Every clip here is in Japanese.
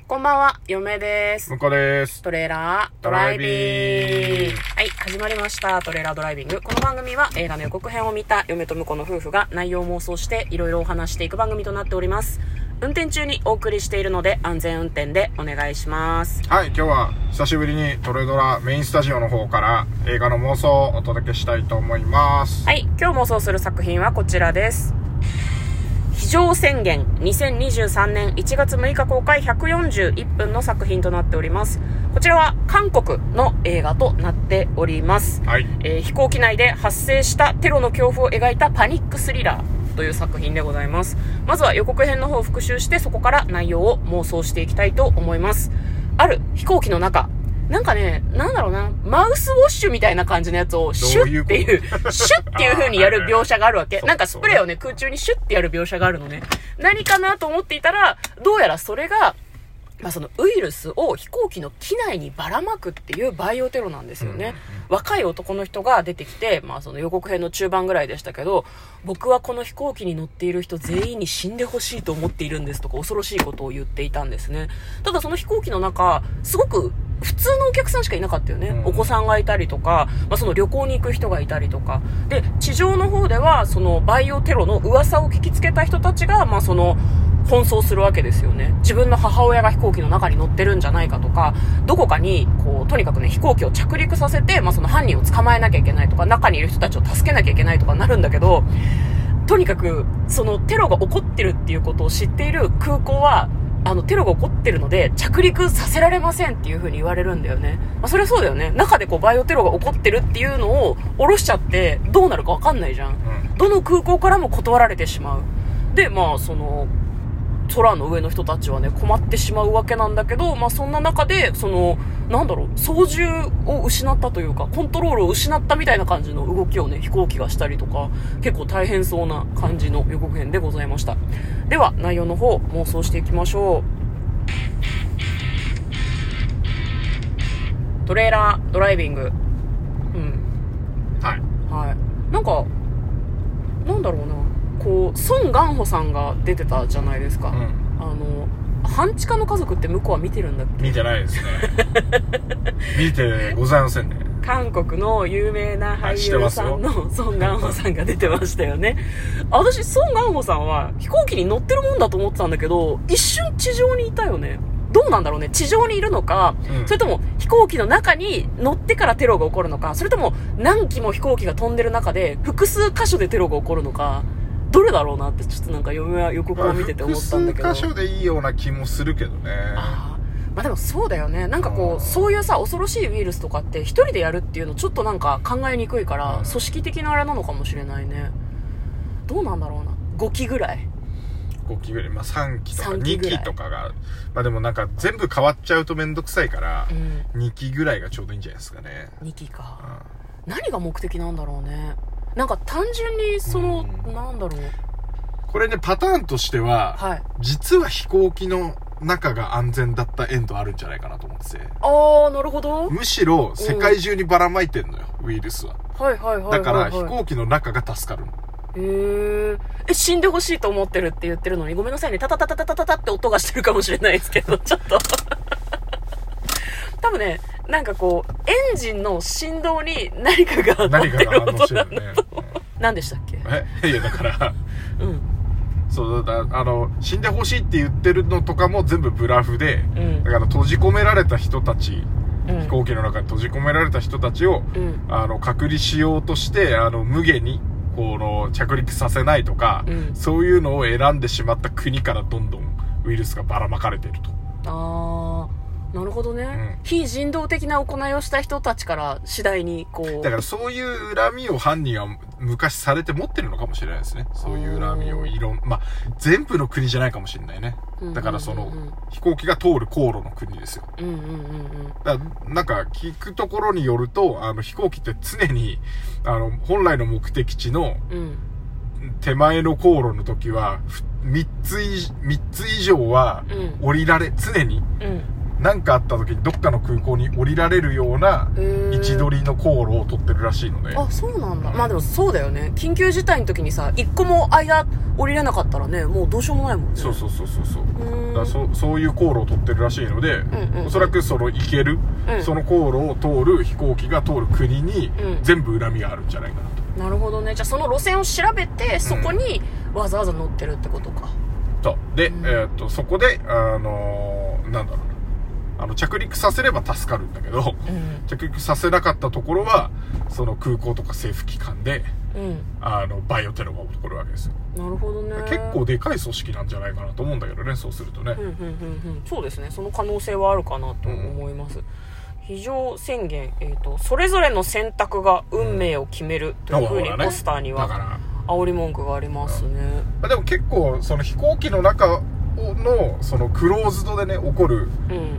こんばんは、嫁です。 向こうです。 トレーラードライビング。はい、始まりました。トレーラードライビング。この番組は映画の予告編を見た嫁と婿の夫婦が内容を妄想していろいろお話していく番組となっております。運転中にお送りしているので安全運転でお願いします。 はい、今日は久しぶりにトレドラメインスタジオの方から映画の妄想をお届けしたいと思います。 はい、今日妄想する作品はこちらです。非常宣言、2023年1月6日公開141分の作品となっております。こちらは韓国の映画となっております。 はい。 飛行機内で発生したテロの恐怖を描いたパニックスリラーという作品でございます。まずは予告編の方を復習して、そこから内容を妄想していきたいと思います。ある飛行機の中、なんかね、なんだろうな、マウスウォッシュみたいな感じのやつをシュッっていう、シュッっていう風にやる描写があるわけ。なんかスプレーをね、空中にシュッってやる描写があるのね。何かなと思っていたら、どうやらそれが、そのウイルスを飛行機の機内にばらまくっていうバイオテロなんですよね。若い男の人が出てきて、その予告編の中盤ぐらいでしたけど、僕はこの飛行機に乗っている人全員に死んでほしいと思っているんですとか恐ろしいことを言っていたんですね。ただその飛行機の中、すごく普通のお客さんしかいなかったよね。お子さんがいたりとか、その旅行に行く人がいたりとか。で、地上の方では、そのバイオテロの噂を聞きつけた人たちが、その、奔走するわけですよね。自分の母親が飛行機の中に乗ってるんじゃないかとか、どこかに、とにかくね、飛行機を着陸させて、その犯人を捕まえなきゃいけないとか、中にいる人たちを助けなきゃいけないとかなるんだけど、とにかく、そのテロが起こってるっていうことを知っている空港は、テロが起こってるので、着陸させられませんっていう風に言われるんだよね。それはそうだよね。中でバイオテロが起こってるっていうのを下ろしちゃって、どうなるかわかんないじゃん。どの空港からも断られてしまう。で、その、空の上の人たちはね、困ってしまうわけなんだけど、そんな中で、操縦を失ったというか、コントロールを失ったみたいな感じの動きをね、飛行機がしたりとか、結構大変そうな感じの予告編でございました。では、内容の方、妄想していきましょう。トレーラードライビング。 はい。 はい。なんか、なんだろうな。ソン・ガンホさんが出てたじゃないですか。半地下の家族って向こうは見てるんだっけ？ 見てないですね。見てございませんね。 韓国の有名な俳優さんのソン・ガンホさんが出てましたよね。私、ソン・ガンホさんは飛行機に乗ってるもんだと思ってたんだけど、一瞬地上にいたよね。どうなんだろうね。地上にいるのか、それとも飛行機の中に乗ってからテロが起こるのか、それとも何機も飛行機が飛んでる中で複数箇所でテロが起こるのか、どれだろうなってちょっとなんか嫁は予告を見てて思ったんだけど。 複数箇所でいいような気もするけどね。 でもそうだよね。なんかそういう恐ろしいウイルスとかって一人でやるっていうのちょっとなんか考えにくいから、組織的なあれなのかもしれないね。どうなんだろうな。5機ぐらい。 5機ぐらい。3機とか2機とかが。でもなんか全部変わっちゃうとめんどくさいから、2機ぐらいがちょうどいいんじゃないですかね。 2機か。何が目的なんだろうね。なんか単純になんだろう。 これね、パターンとしては、実は飛行機の中が安全だったエンドあるんじゃないかなと思ってて。 なるほど。 むしろ世界中にばらまいてんのよ、ウイルスは。だから飛行機の中が助かるの。 死んでほしいと思ってるって言ってるのに、ごめんなさいね、タタタタタタタタって音がしてるかもしれないですけど、ちょっと。多分ね、なんかエンジンの振動に何かが当たってる音なんだと思う。何でしたっけ？ いや、だから、そうだ、死んでほしいって言ってるのとかも全部ブラフで、だから閉じ込められた人たち、飛行機の中に閉じ込められた人たちを、隔離しようとして、無下に、着陸させないとか、そういうのを選んでしまった国からどんどんウイルスがばらまかれていると。 なるほどね、非人道的な行いをした人たちから次第にだからそういう恨みを犯人は昔されて持ってるのかもしれないですね。そういう恨みを全部の国じゃないかもしれないね。だから飛行機が通る航路の国ですよ。だからなんか聞くところによると、飛行機って常に本来の目的地の手前の航路の時は3つ以上は常になんかあった時にどっかの空港に降りられるような位置取りの航路を取ってるらしいので。 あ、そうなんだ。まあでもそうだよね。緊急事態の時にさ、一個も間降りれなかったらね、もうどうしようもないもんね。 そう。だからそういう航路を取ってるらしいので、おそらくその行ける、その航路を通る飛行機が通る国に全部恨みがあるんじゃないかなと。 なるほどね。じゃあその路線を調べて、そこにわざわざ乗ってるってことか。 そう。で、そこで、なんだろうな。着陸させれば助かるんだけど、着陸させなかったところは、その空港とか政府機関で、バイオテロが起こるわけですよ。 なるほどね。 結構でかい組織なんじゃないかなと思うんだけどね、そうするとね。 そうですね。その可能性はあるかなと思います。非常宣言、それぞれの選択が運命を決めるというふうにポスターには煽り文句がありますね。 でも結構その飛行機の中のそのクローズドでね起こる、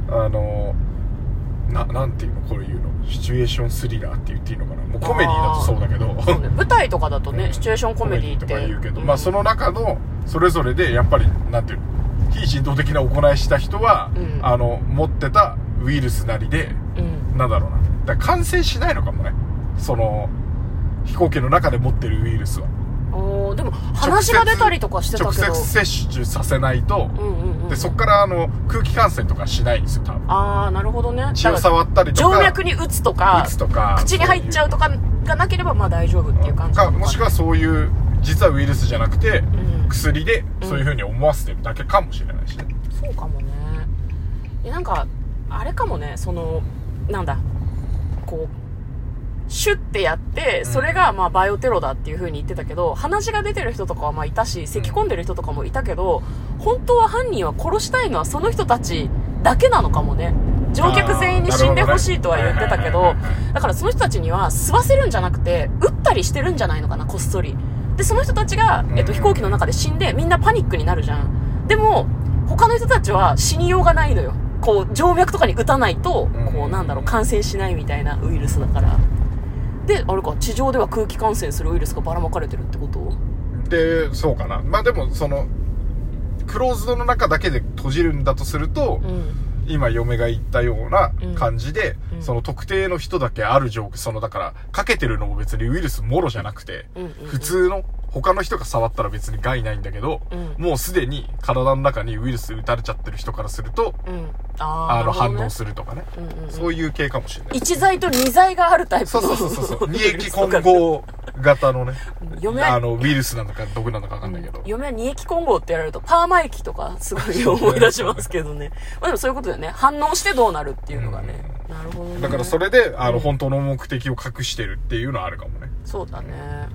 なんていうのこういうのシチュエーションスリラーって言っていいのかな、もうコメディだとそうだけど、 そうね、舞台とかだとね、シチュエーションコメディってとか言うけど、まあその中のそれぞれでやっぱりなんていうの非人道的な行いした人は、持ってたウイルスなりで、なんだろうな、だから感染しないのかもね、その飛行機の中で持ってるウイルスは。 でも話が出たりとかしてたけど直接摂取させないと、でそっから空気感染とかしないんですよ多分。 なるほどね。 血を触ったりとか静脈に打つとか口に入っちゃうとかがなければまあ大丈夫っていう感じか、 もしくはそういう実はウイルスじゃなくて、薬でそういう風に思わせてるだけかもしれないしね。 そうかもね。なんかあれかもね、そのなんだこうシュッてやって、それがまあバイオテロだっていう風に言ってたけど、鼻血が出てる人とかはまあいたし、咳込んでる人とかもいたけど、本当は犯人は殺したいのはその人たちだけなのかもね。乗客全員に死んでほしいとは言ってたけど、だからその人たちには吸わせるんじゃなくて、撃ったりしてるんじゃないのかな、こっそり。で、その人たちが、飛行機の中で死んでみんなパニックになるじゃん。でも、他の人たちは死にようがないのよ。こう、静脈とかに打たないと、こう、なんだろう、感染しないみたいなウイルスだから。で、あれか、地上では空気感染するウイルスがばらまかれてるってことで、そうかな。まあでも、その、クローズドの中だけで閉じるんだとすると、今嫁が言ったような感じで、その特定の人だけある状況、そのだから、かけてるのも別にウイルスもろじゃなくて、普通の、他の人が触ったら別に害ないんだけど、もうすでに体の中にウイルス打たれちゃってる人からすると、反応するとかね、そういう系かもしれない。 1剤と2剤があるタイプの。 そう。二液混合型のね、ウイルスなのか毒なのか分かんないけど。 嫁は二液混合ってやられると、パーマ液とかすごい思い出しますけどね。まあでもそういうことだよね。反応してどうなるっていうのがね。なるほどね。 だからそれで、本当の目的を隠してるっていうのはあるかもね。 そうだね。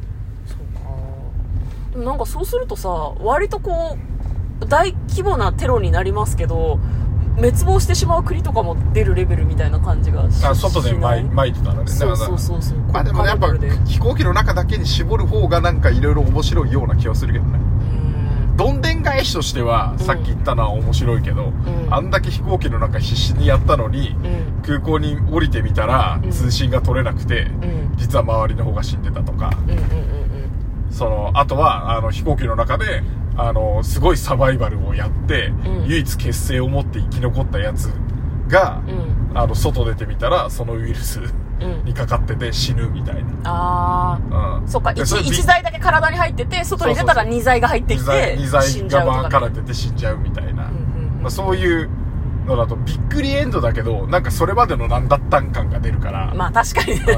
そうか。なんかそうするとさ、割とこう、大規模なテロになりますけど、滅亡してしまう国とかも出るレベルみたいな感じがしない。 外で巻いてたらね。 そう。 まあでもやっぱ飛行機の中だけに絞る方がなんかいろいろ面白いような気はするけどね。どんでん返しとしては、さっき言ったのは面白いけど、あんだけ飛行機の中必死にやったのに、空港に降りてみたら通信が取れなくて、実は周りの方が死んでたとか、あとは飛行機の中ですごいサバイバルをやって、唯一結成を持って生き残ったやつが、外出てみたらそのウイルスにかかってて死ぬみたいな。 そっか、1剤だけ体に入ってて、外に出たら2剤が入ってきて、 2剤がまかれてて死んじゃうみたいな。そういうのだとびっくりエンドだけど、なんかそれまでの何だったん感が出るから。 まあ確かにね。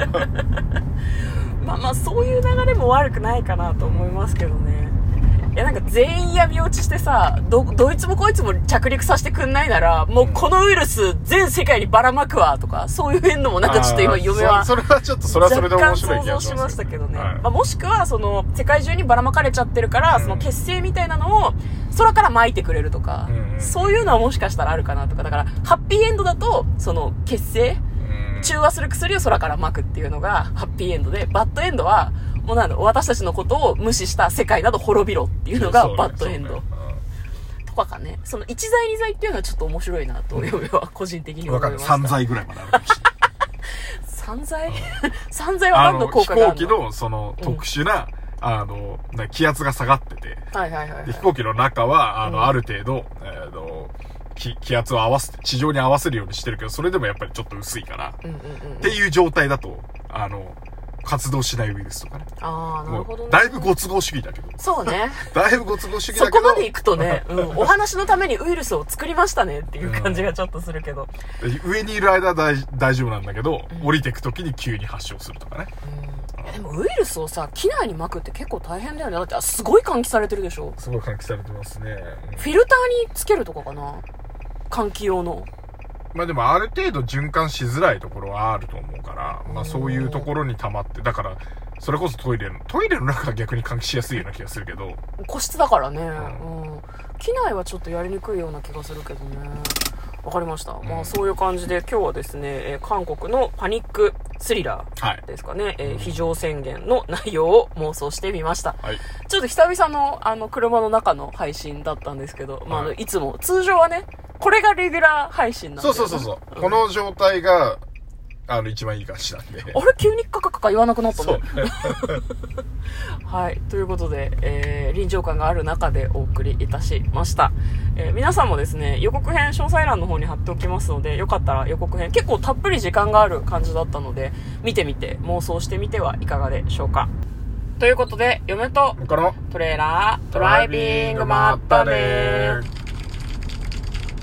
まあそういう流れも悪くないかなと思いますけどね。いやなんか全員闇落ちしてさ、どいつもこいつも着陸させてくんないなら、もうこのウイルス全世界にばらまくわとか、そういうのもなんかちょっと今嫁はそれはちょっとそれはそれで面白い気がします。 若干想像しましたけどね。もしくは世界中にばらまかれちゃってるから、その結成みたいなのを空から撒いてくれるとか、そういうのはもしかしたらあるかなとか、だからハッピーエンドだと結成中和する薬を空から撒くっていうのがハッピーエンドで、バッドエンドはもう私たちのことを無視した世界など滅びろっていうのがバッドエンドとかかね。その1剤2剤っていうのはちょっと面白いなと嫁は個人的に思いました。 3剤ぐらいまであるかもしれない。 3剤3剤は何の効果があるの？ 飛行機の特殊な気圧が下がってて、で飛行機の中はある程度気圧を地上に合わせるようにしてるけど、それでもやっぱりちょっと薄いから、っていう状態だと、活動しないウイルスとかね。 ああ、なるほどね。 だいぶご都合主義だけど。 そうね。 だいぶご都合主義だけど。 そこまで行くとね、お話のためにウイルスを作りましたねっていう感じがちょっとするけど。 上にいる間は大丈夫なんだけど、降りてく時に急に発症するとかね。 でもウイルスをさ、機内に巻くって結構大変だよね。だってすごい換気されてるでしょ。 すごい換気されてますね。 フィルターにつけるとかかな、換気用の。 まあでもある程度循環しづらいところはあると思うから、まあそういうところに溜まって、だから、それこそトイレの中は逆に換気しやすいような気がするけど。 個室だからね。機内はちょっとやりにくいような気がするけどね。わかりました。まあそういう感じで今日はですね、韓国のパニックスリラーですかね、非常宣言の内容を妄想してみました。はい、ちょっと久々の車の中の配信だったんですけど、まあいつも、通常はね、これがレギュラー配信なんで。 そう。この状態が、一番いい感じなんで。 あれ急にカカカカ言わなくなったね。はい。ということで、臨場感がある中でお送りいたしました。皆さんもですね、予告編詳細欄の方に貼っておきますので、よかったら予告編、結構たっぷり時間がある感じだったので、見てみて、妄想してみてはいかがでしょうか。ということで、嫁とトレーラードライビング、まったねー。